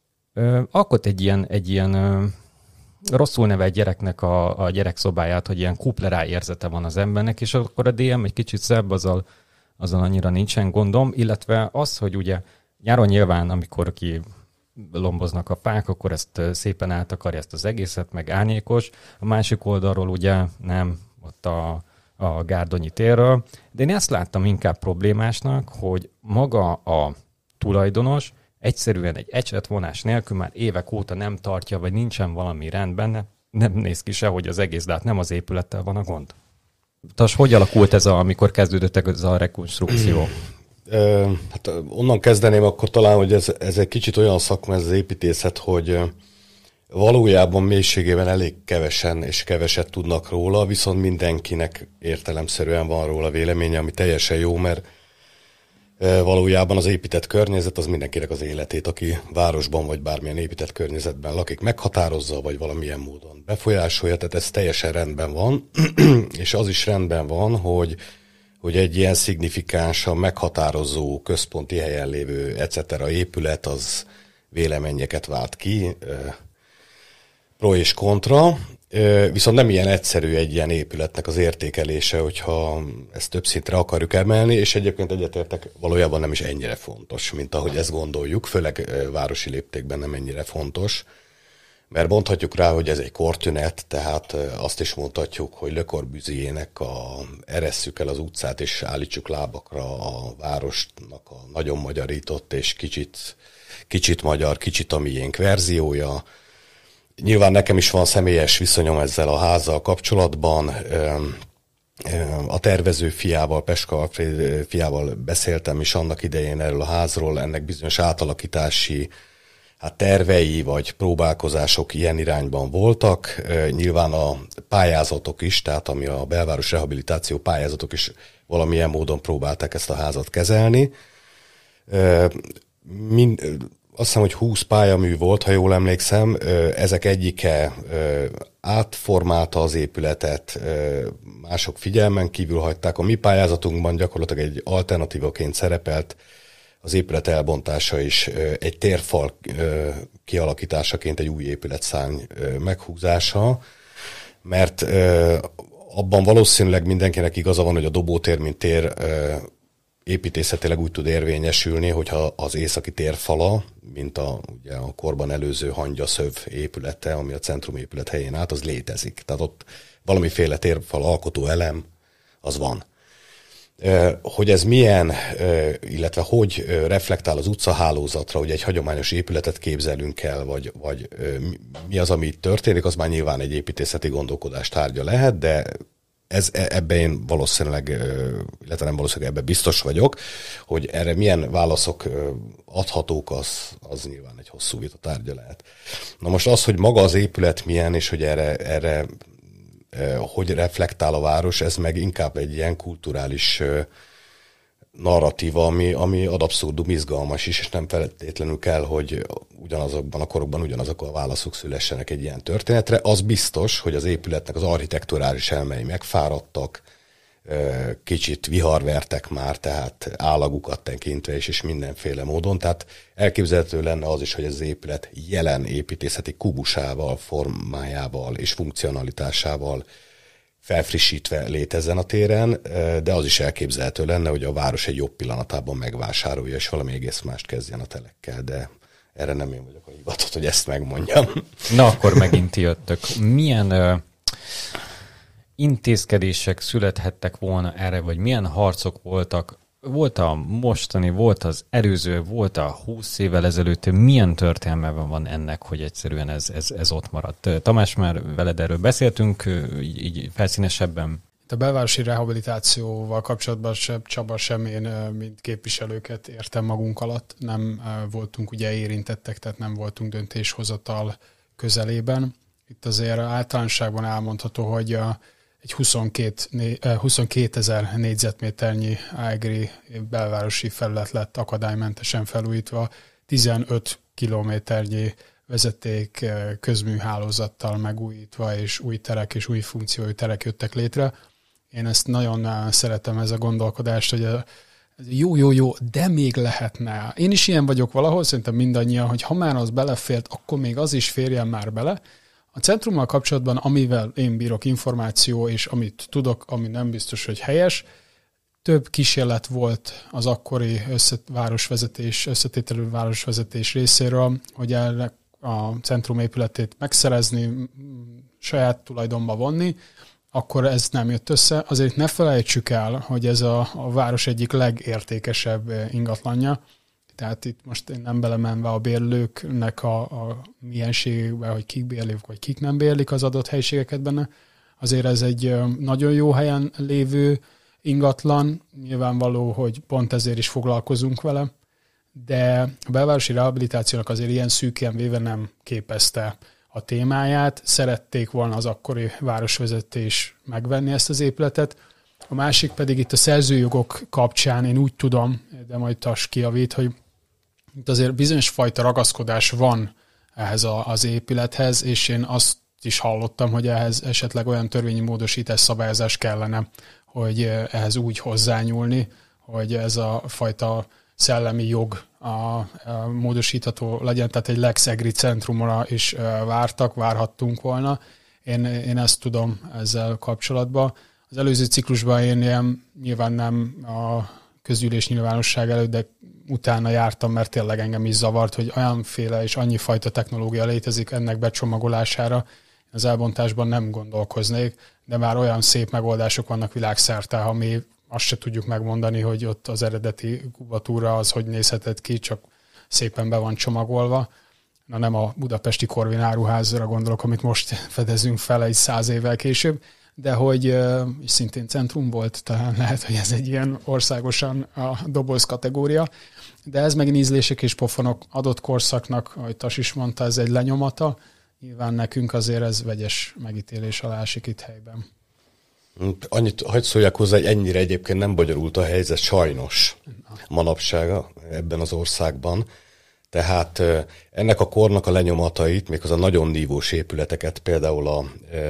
alkot egy ilyen rosszul nevelt gyereknek a gyerekszobáját, hogy ilyen kuplerá érzete van az embernek, és akkor a DM egy kicsit szebb, azzal annyira nincsen gondom, illetve az, hogy ugye nyáron nyilván, amikor lomboznak a fák, akkor ezt szépen átakarja ezt az egészet, meg árnyékos. A másik oldalról ugye nem, ott a Gárdonyi térről, de én ezt láttam inkább problémásnak, hogy maga a tulajdonos egyszerűen egy ecsetvonás nélkül már évek óta nem tartja, vagy nincsen valami rend benne, nem néz ki se, hogy az egész, de hát nem az épülettel van a gond. Tehát hogy alakult ez, amikor kezdődött ez a rekonstrukció? Hát onnan kezdeném akkor talán, hogy ez egy kicsit olyan szakma, ez az építészet, hogy Valójában mélységében elég kevesen és keveset tudnak róla, viszont mindenkinek értelemszerűen van róla véleménye, ami teljesen jó, mert valójában az épített környezet az mindenkinek az életét, aki városban vagy bármilyen épített környezetben lakik, meghatározza, vagy valamilyen módon befolyásolja, tehát ez teljesen rendben van, és az is rendben van, hogy egy ilyen szignifikánsan meghatározó, központi helyen lévő etc. épület az véleményeket vált ki, pro és kontra, viszont nem ilyen egyszerű egy ilyen épületnek az értékelése, hogyha ezt több szintre akarjuk emelni, és egyébként egyetértek, valójában nem is ennyire fontos, mint ahogy ezt gondoljuk, főleg városi léptékben nem ennyire fontos, mert mondhatjuk rá, hogy ez egy kortünet, tehát azt is mondhatjuk, hogy Le Corbusier-nek eresszük el az utcát, és állítsuk lábakra a városnak a nagyon magyarított és kicsit magyar, kicsit a miénk verziója. Nyilván nekem is van személyes viszonyom ezzel a házzal kapcsolatban. A tervező fiával, Peska Alfred fiával beszéltem is annak idején erről a házról, ennek bizonyos átalakítási tervei vagy próbálkozások ilyen irányban voltak. Nyilván a pályázatok is, tehát ami a belváros rehabilitáció pályázatok is valamilyen módon próbálták ezt a házat kezelni. Azt hiszem, hogy 20 pályamű volt, ha jól emlékszem, ezek egyike átformálta az épületet, mások figyelmen kívül hagyták. A mi pályázatunkban gyakorlatilag egy alternatívaként szerepelt az épület elbontása is, egy térfal kialakításaként egy új épületszárny meghúzása, mert abban valószínűleg mindenkinek igaza van, hogy a dobótér, mint tér építészetileg úgy tud érvényesülni, hogyha az északi térfala, mint ugye a korban előző hangyaszöv épülete, ami a centrumépület helyén állt, az létezik. Tehát ott valamiféle térfal alkotó elem, az van. Hogy ez milyen, illetve hogy reflektál az utcahálózatra, hogy egy hagyományos épületet képzelünk el, vagy mi az, ami itt történik, az már nyilván egy építészeti gondolkodás tárgya lehet, de ebben én valószínűleg, illetve nem valószínűleg ebben biztos vagyok, hogy erre milyen válaszok adhatók, az nyilván egy hosszú vita tárgya lehet. Na most az, hogy maga az épület milyen, és hogy erre hogy reflektál a város, ez meg inkább egy ilyen kulturális narratíva, ami ad abszurdum izgalmas is, és nem feltétlenül kell, hogy ugyanazokban a korokban ugyanazok a válaszok szülessenek egy ilyen történetre. Az biztos, hogy az épületnek az architekturális elemei megfáradtak, kicsit viharvertek már, tehát állagukat tekintve és mindenféle módon. Tehát elképzelhető lenne az is, hogy ez az épület jelen építészeti kubusával, formájával és funkcionalitásával felfrissítve létezzen a téren, de az is elképzelhető lenne, hogy a város egy jobb pillanatában megvásárolja, és valami egész mást kezdjen a telekkel, de erre nem én vagyok a hivatott, hogy ezt megmondjam. Na, akkor megint ti jöttök. Milyen intézkedések születhettek volna erre, vagy milyen harcok voltak? Volt a mostani, volt az előző, volt a 20 évvel ezelőtt, milyen történelme van ennek, hogy egyszerűen ez ott maradt? Tamás, már veled erről beszéltünk, így felszínesebben. A belvárosi rehabilitációval kapcsolatban sem Csaba, sem én, mint képviselőket értem magunk alatt. Nem voltunk ugye érintettek, tehát nem voltunk döntéshozatal közelében. Itt azért általánosságban elmondható, hogy egy 22 000 négyzetméternyi ágri belvárosi felület lett akadálymentesen felújítva, 15 kilométernyi vezeték közműhálózattal megújítva, és új terek és új funkciói terek jöttek létre. Én ezt nagyon szeretem, ez a gondolkodást, hogy jó, de még lehetne. Én is ilyen vagyok valahol, szerintem mindannyian, hogy ha már az belefért, akkor még az is férjen már bele. A centrummal kapcsolatban, amivel én bírok információ, és amit tudok, ami nem biztos, hogy helyes, több kísérlet volt az akkori összetételű városvezetés részéről, hogy ennek a centrum épületét megszerezni, saját tulajdonba vonni, akkor ez nem jött össze. Azért ne felejtsük el, hogy ez a város egyik legértékesebb ingatlanja. Tehát itt most én nem belemenve a bérlőknek a mienségbe, hogy kik bérlik, vagy kik nem bérlik az adott helyiségeket benne. Azért ez egy nagyon jó helyen lévő ingatlan, nyilvánvaló, hogy pont ezért is foglalkozunk vele, de a belvárosi rehabilitációnak azért ilyen szűkén véve nem képezte a témáját, szerették volna az akkori városvezetés megvenni ezt az épületet. A másik pedig itt a szerzőjogok kapcsán én úgy tudom, de majd Tass kijavít, hogy itt azért bizonyos fajta ragaszkodás van ehhez az épülethez, és én azt is hallottam, hogy ehhez esetleg olyan törvényi módosítás, szabályozás kellene, hogy ehhez úgy hozzányúlni, hogy ez a fajta szellemi jog a módosítható legyen, tehát egy lex egri centrumra is várhattunk volna. Én ezt tudom ezzel kapcsolatban. Az előző ciklusban én nyilván nem a közgyűlés nyilvánosság előtt, de utána jártam, mert tényleg engem is zavart, hogy olyanféle és annyi fajta technológia létezik ennek becsomagolására. Az elbontásban nem gondolkoznék, de már olyan szép megoldások vannak világszerte, ha mi azt se tudjuk megmondani, hogy ott az eredeti kubatúra az hogy nézhetett ki, csak szépen be van csomagolva. Na nem a budapesti Korvin áruházra gondolok, amit most fedezünk fel egy 100 évvel később, de hogy szintén centrum volt, talán lehet, hogy ez egy ilyen országosan a doboz kategória, de ez megint ízlések és pofonok adott korszaknak, ahogy Tass is mondta, ez egy lenyomata. Nyilván nekünk azért ez vegyes megítélés alá esik itt helyben. Annyit hadd szóljak hozzá, hogy ennyire egyébként nem bonyolult a helyzet sajnos manapság ebben az országban. Tehát ennek a kornak a lenyomatait, méghozzá nagyon nívós épületeket, például a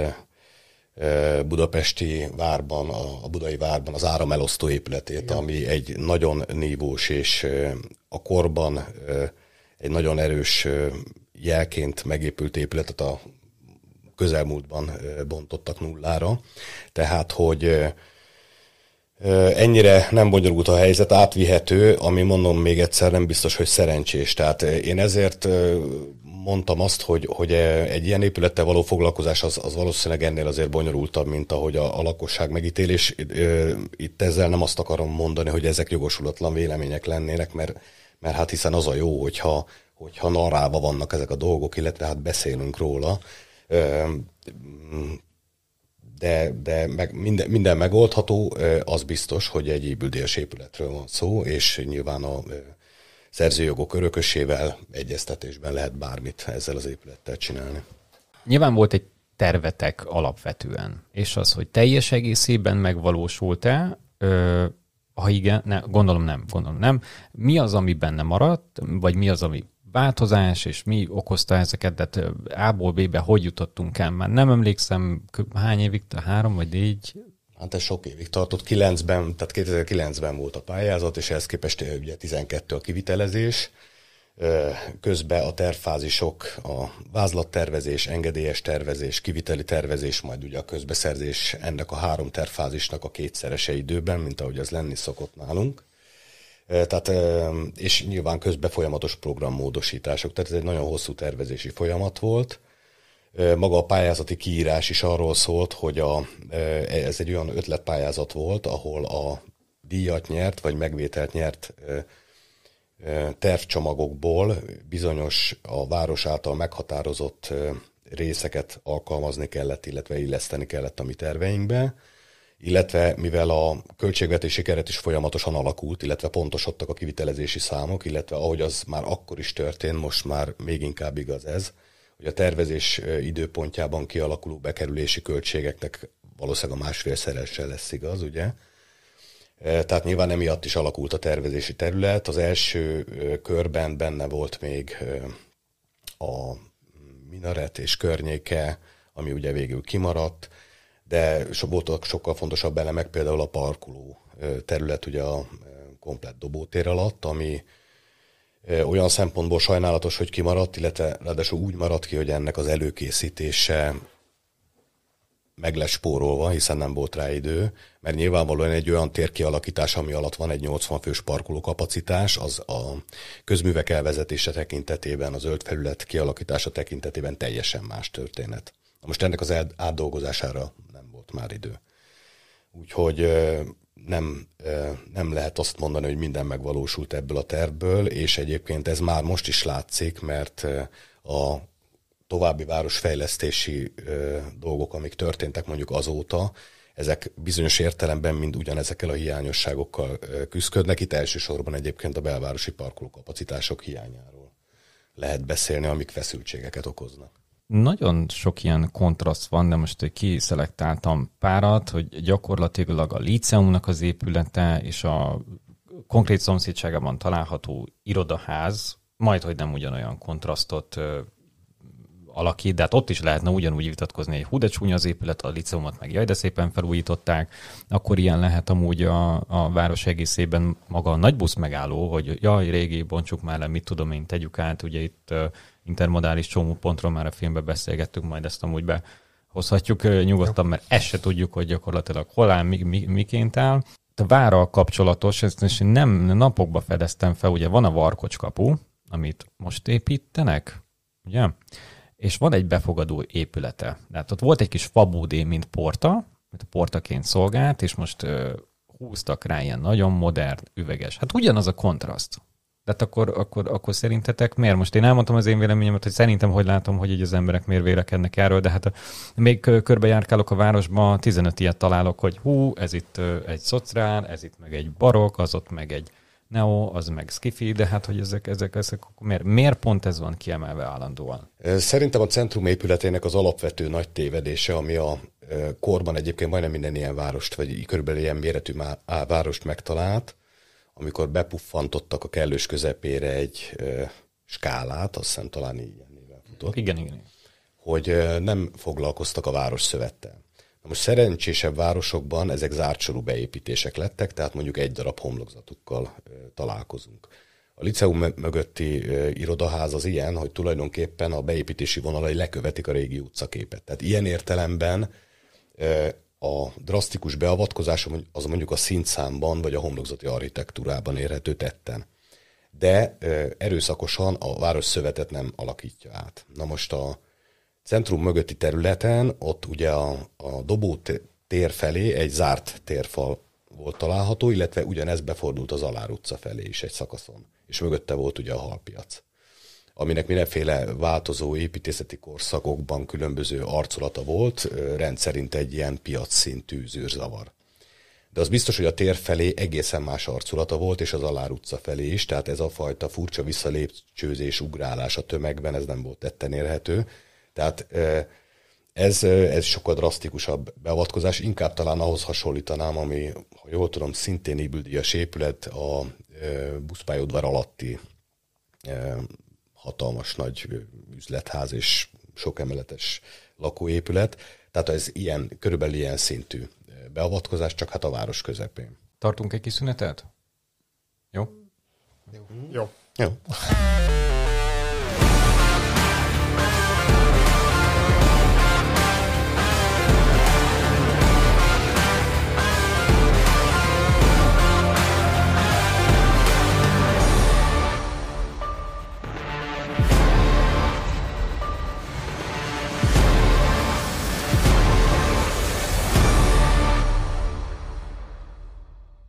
budapesti várban, a budai várban az áramelosztó épületét, igen, ami egy nagyon nívós és a korban egy nagyon erős jelként megépült épületet a közelmúltban bontottak nullára. Tehát, hogy ennyire nem bonyolult a helyzet, átvihető, ami mondom még egyszer nem biztos, hogy szerencsés. Tehát én ezért mondtam azt, hogy egy ilyen épülettel való foglalkozás az valószínűleg ennél azért bonyolultabb, mint ahogy a lakosság megítélés. Itt ezzel nem azt akarom mondani, hogy ezek jogosulatlan vélemények lennének, mert hát hiszen az a jó, hogyha narrálva vannak ezek a dolgok, illetve hát beszélünk róla. De minden megoldható, az biztos, hogy egy épüldélyes épületről van szó, és nyilván a szerzőjogok örökösével egyeztetésben lehet bármit ezzel az épülettel csinálni. Nyilván volt egy tervetek alapvetően, és az, hogy teljes egészében megvalósult-e, ha igen, gondolom nem. Mi az, ami benne maradt, vagy mi az, ami változás, és mi okozta ezeket, de A-ból B-be hogy jutottunk el? Már nem emlékszem, hány évig, 3 vagy 4? Hát ez sok évig tartott, 2009-ben volt a pályázat, és ehhez képest ugye 12 a kivitelezés. Közben a tervfázisok, a vázlattervezés, engedélyes tervezés, kiviteli tervezés, majd ugye a közbeszerzés ennek a 3 tervfázisnak a kétszerese időben, mint ahogy az lenni szokott nálunk. Tehát, és nyilván közben folyamatos programmódosítások, tehát ez egy nagyon hosszú tervezési folyamat volt. Maga a pályázati kiírás is arról szólt, hogy ez egy olyan ötletpályázat volt, ahol a díjat nyert, vagy megvételt nyert tervcsomagokból bizonyos a város által meghatározott részeket alkalmazni kellett, illetve illeszteni kellett a mi terveinkbe, illetve mivel a költségvetési keret is folyamatosan alakult, illetve pontosodtak a kivitelezési számok, illetve ahogy az már akkor is történt, most már még inkább igaz ez, hogy a tervezés időpontjában kialakuló bekerülési költségeknek valószínűleg a 1,5-szerese lesz igaz, ugye? Tehát nyilván emiatt is alakult a tervezési terület. Az első körben benne volt még a minaret és környéke, ami ugye végül kimaradt, de voltak sokkal fontosabb elemek, például a parkoló terület ugye a komplett dobótér alatt, ami olyan szempontból sajnálatos, hogy kimaradt, illetve ráadásul úgy maradt ki, hogy ennek az előkészítése meg lett spórolva, hiszen nem volt rá idő, mert nyilvánvalóan egy olyan térkialakítás, ami alatt van egy 80 fős parkolókapacitás, az a közművek elvezetése tekintetében, a zöld felület kialakítása tekintetében teljesen más történet. Most ennek az átdolgozására nem volt már idő. Úgyhogy nem lehet azt mondani, hogy minden megvalósult ebből a tervből, és egyébként ez már most is látszik, mert a további városfejlesztési dolgok, amik történtek mondjuk azóta, ezek bizonyos értelemben mind ugyanezekkel a hiányosságokkal küzdködnek. Itt elsősorban egyébként a belvárosi parkolókapacitások hiányáról lehet beszélni, amik feszültségeket okoznak. nagyon sok ilyen kontraszt van, de most kiszelektáltam párat, hogy gyakorlatilag a líceumnak az épülete és a konkrét szomszédságában található irodaház majdhogy nem ugyanolyan kontrasztot alakít, de hát ott is lehetne ugyanúgy vitatkozni, hogy hú de csúnya az épület, a liceumot meg jaj, de szépen felújították. Akkor ilyen lehet amúgy a város egészében maga a nagybusz megálló, hogy jaj, régi, bontsuk már le, mit tudom én, tegyük át. Ugye itt intermodális csomópontról már a filmben beszélgettünk, majd ezt amúgy behozhatjuk nyugodtan, mert ezt se tudjuk, hogy gyakorlatilag hol áll, miként áll. A várral kapcsolatos, ezt nem napokba fedeztem fel, ugye van a Varkocs kapu, amit most építenek, ugye? És van egy befogadó épülete. Tehát ott volt egy kis fabúdé, mint porta, amit a portaként szolgált, és most húztak rá ilyen nagyon modern, üveges. Hát ugyanaz a kontraszt. Tehát akkor szerintetek miért? Most én elmondtam az én véleményemet, hogy szerintem hogy látom, hogy így az emberek miért vélekednek erről, de hát még körbejárkálok a városban, 15 ilyet találok, hogy ez itt egy szociál, ez itt meg egy barokk, az ott meg egy neo, az meg skifi, de hát, hogy ezek miért pont ez van kiemelve állandóan? Szerintem a centrum épületének az alapvető nagy tévedése, ami a korban egyébként majdnem minden ilyen várost, vagy körülbelül ilyen méretű várost megtalált, amikor bepuffantottak a kellős közepére egy skálát, azt hiszem talán ilyen néven futott. Igen. Hogy nem foglalkoztak a városszövettel. Na most szerencsésebb városokban ezek zártsorú beépítések lettek, tehát mondjuk egy darab homlokzatukkal találkozunk. A liceum mögötti irodaház az ilyen, hogy tulajdonképpen a beépítési vonalai lekövetik a régi utcaképet. Tehát ilyen értelemben a drasztikus beavatkozás az mondjuk a szintszámban vagy a homlokzati architektúrában érhető tetten. De erőszakosan a városszövetet nem alakítja át. Na most a centrum mögötti területen, ott ugye a Dobó tér felé egy zárt térfal volt található, illetve ugyanez befordult az Alár utca felé is egy szakaszon. És mögötte volt ugye a Halpiac, aminek mindenféle változó építészeti korszakokban különböző arculata volt, rendszerint egy ilyen piac szintű zűrzavar. De az biztos, hogy a tér felé egészen más arculata volt, és az Alár utca felé is, tehát ez a fajta furcsa visszalépcsőzés, ugrálás a tömegben, ez nem volt tetten érhető. Tehát ez sokkal drasztikusabb beavatkozás, inkább talán ahhoz hasonlítanám, ami, ha jól tudom, szintén Ybl-díjas épület, a buszpályaudvar alatti hatalmas nagy üzletház és sok emeletes lakóépület. Tehát ez körülbelül ilyen szintű beavatkozás, csak hát a város közepén. Tartunk egy kis szünetet? Jó? Jó. Jó.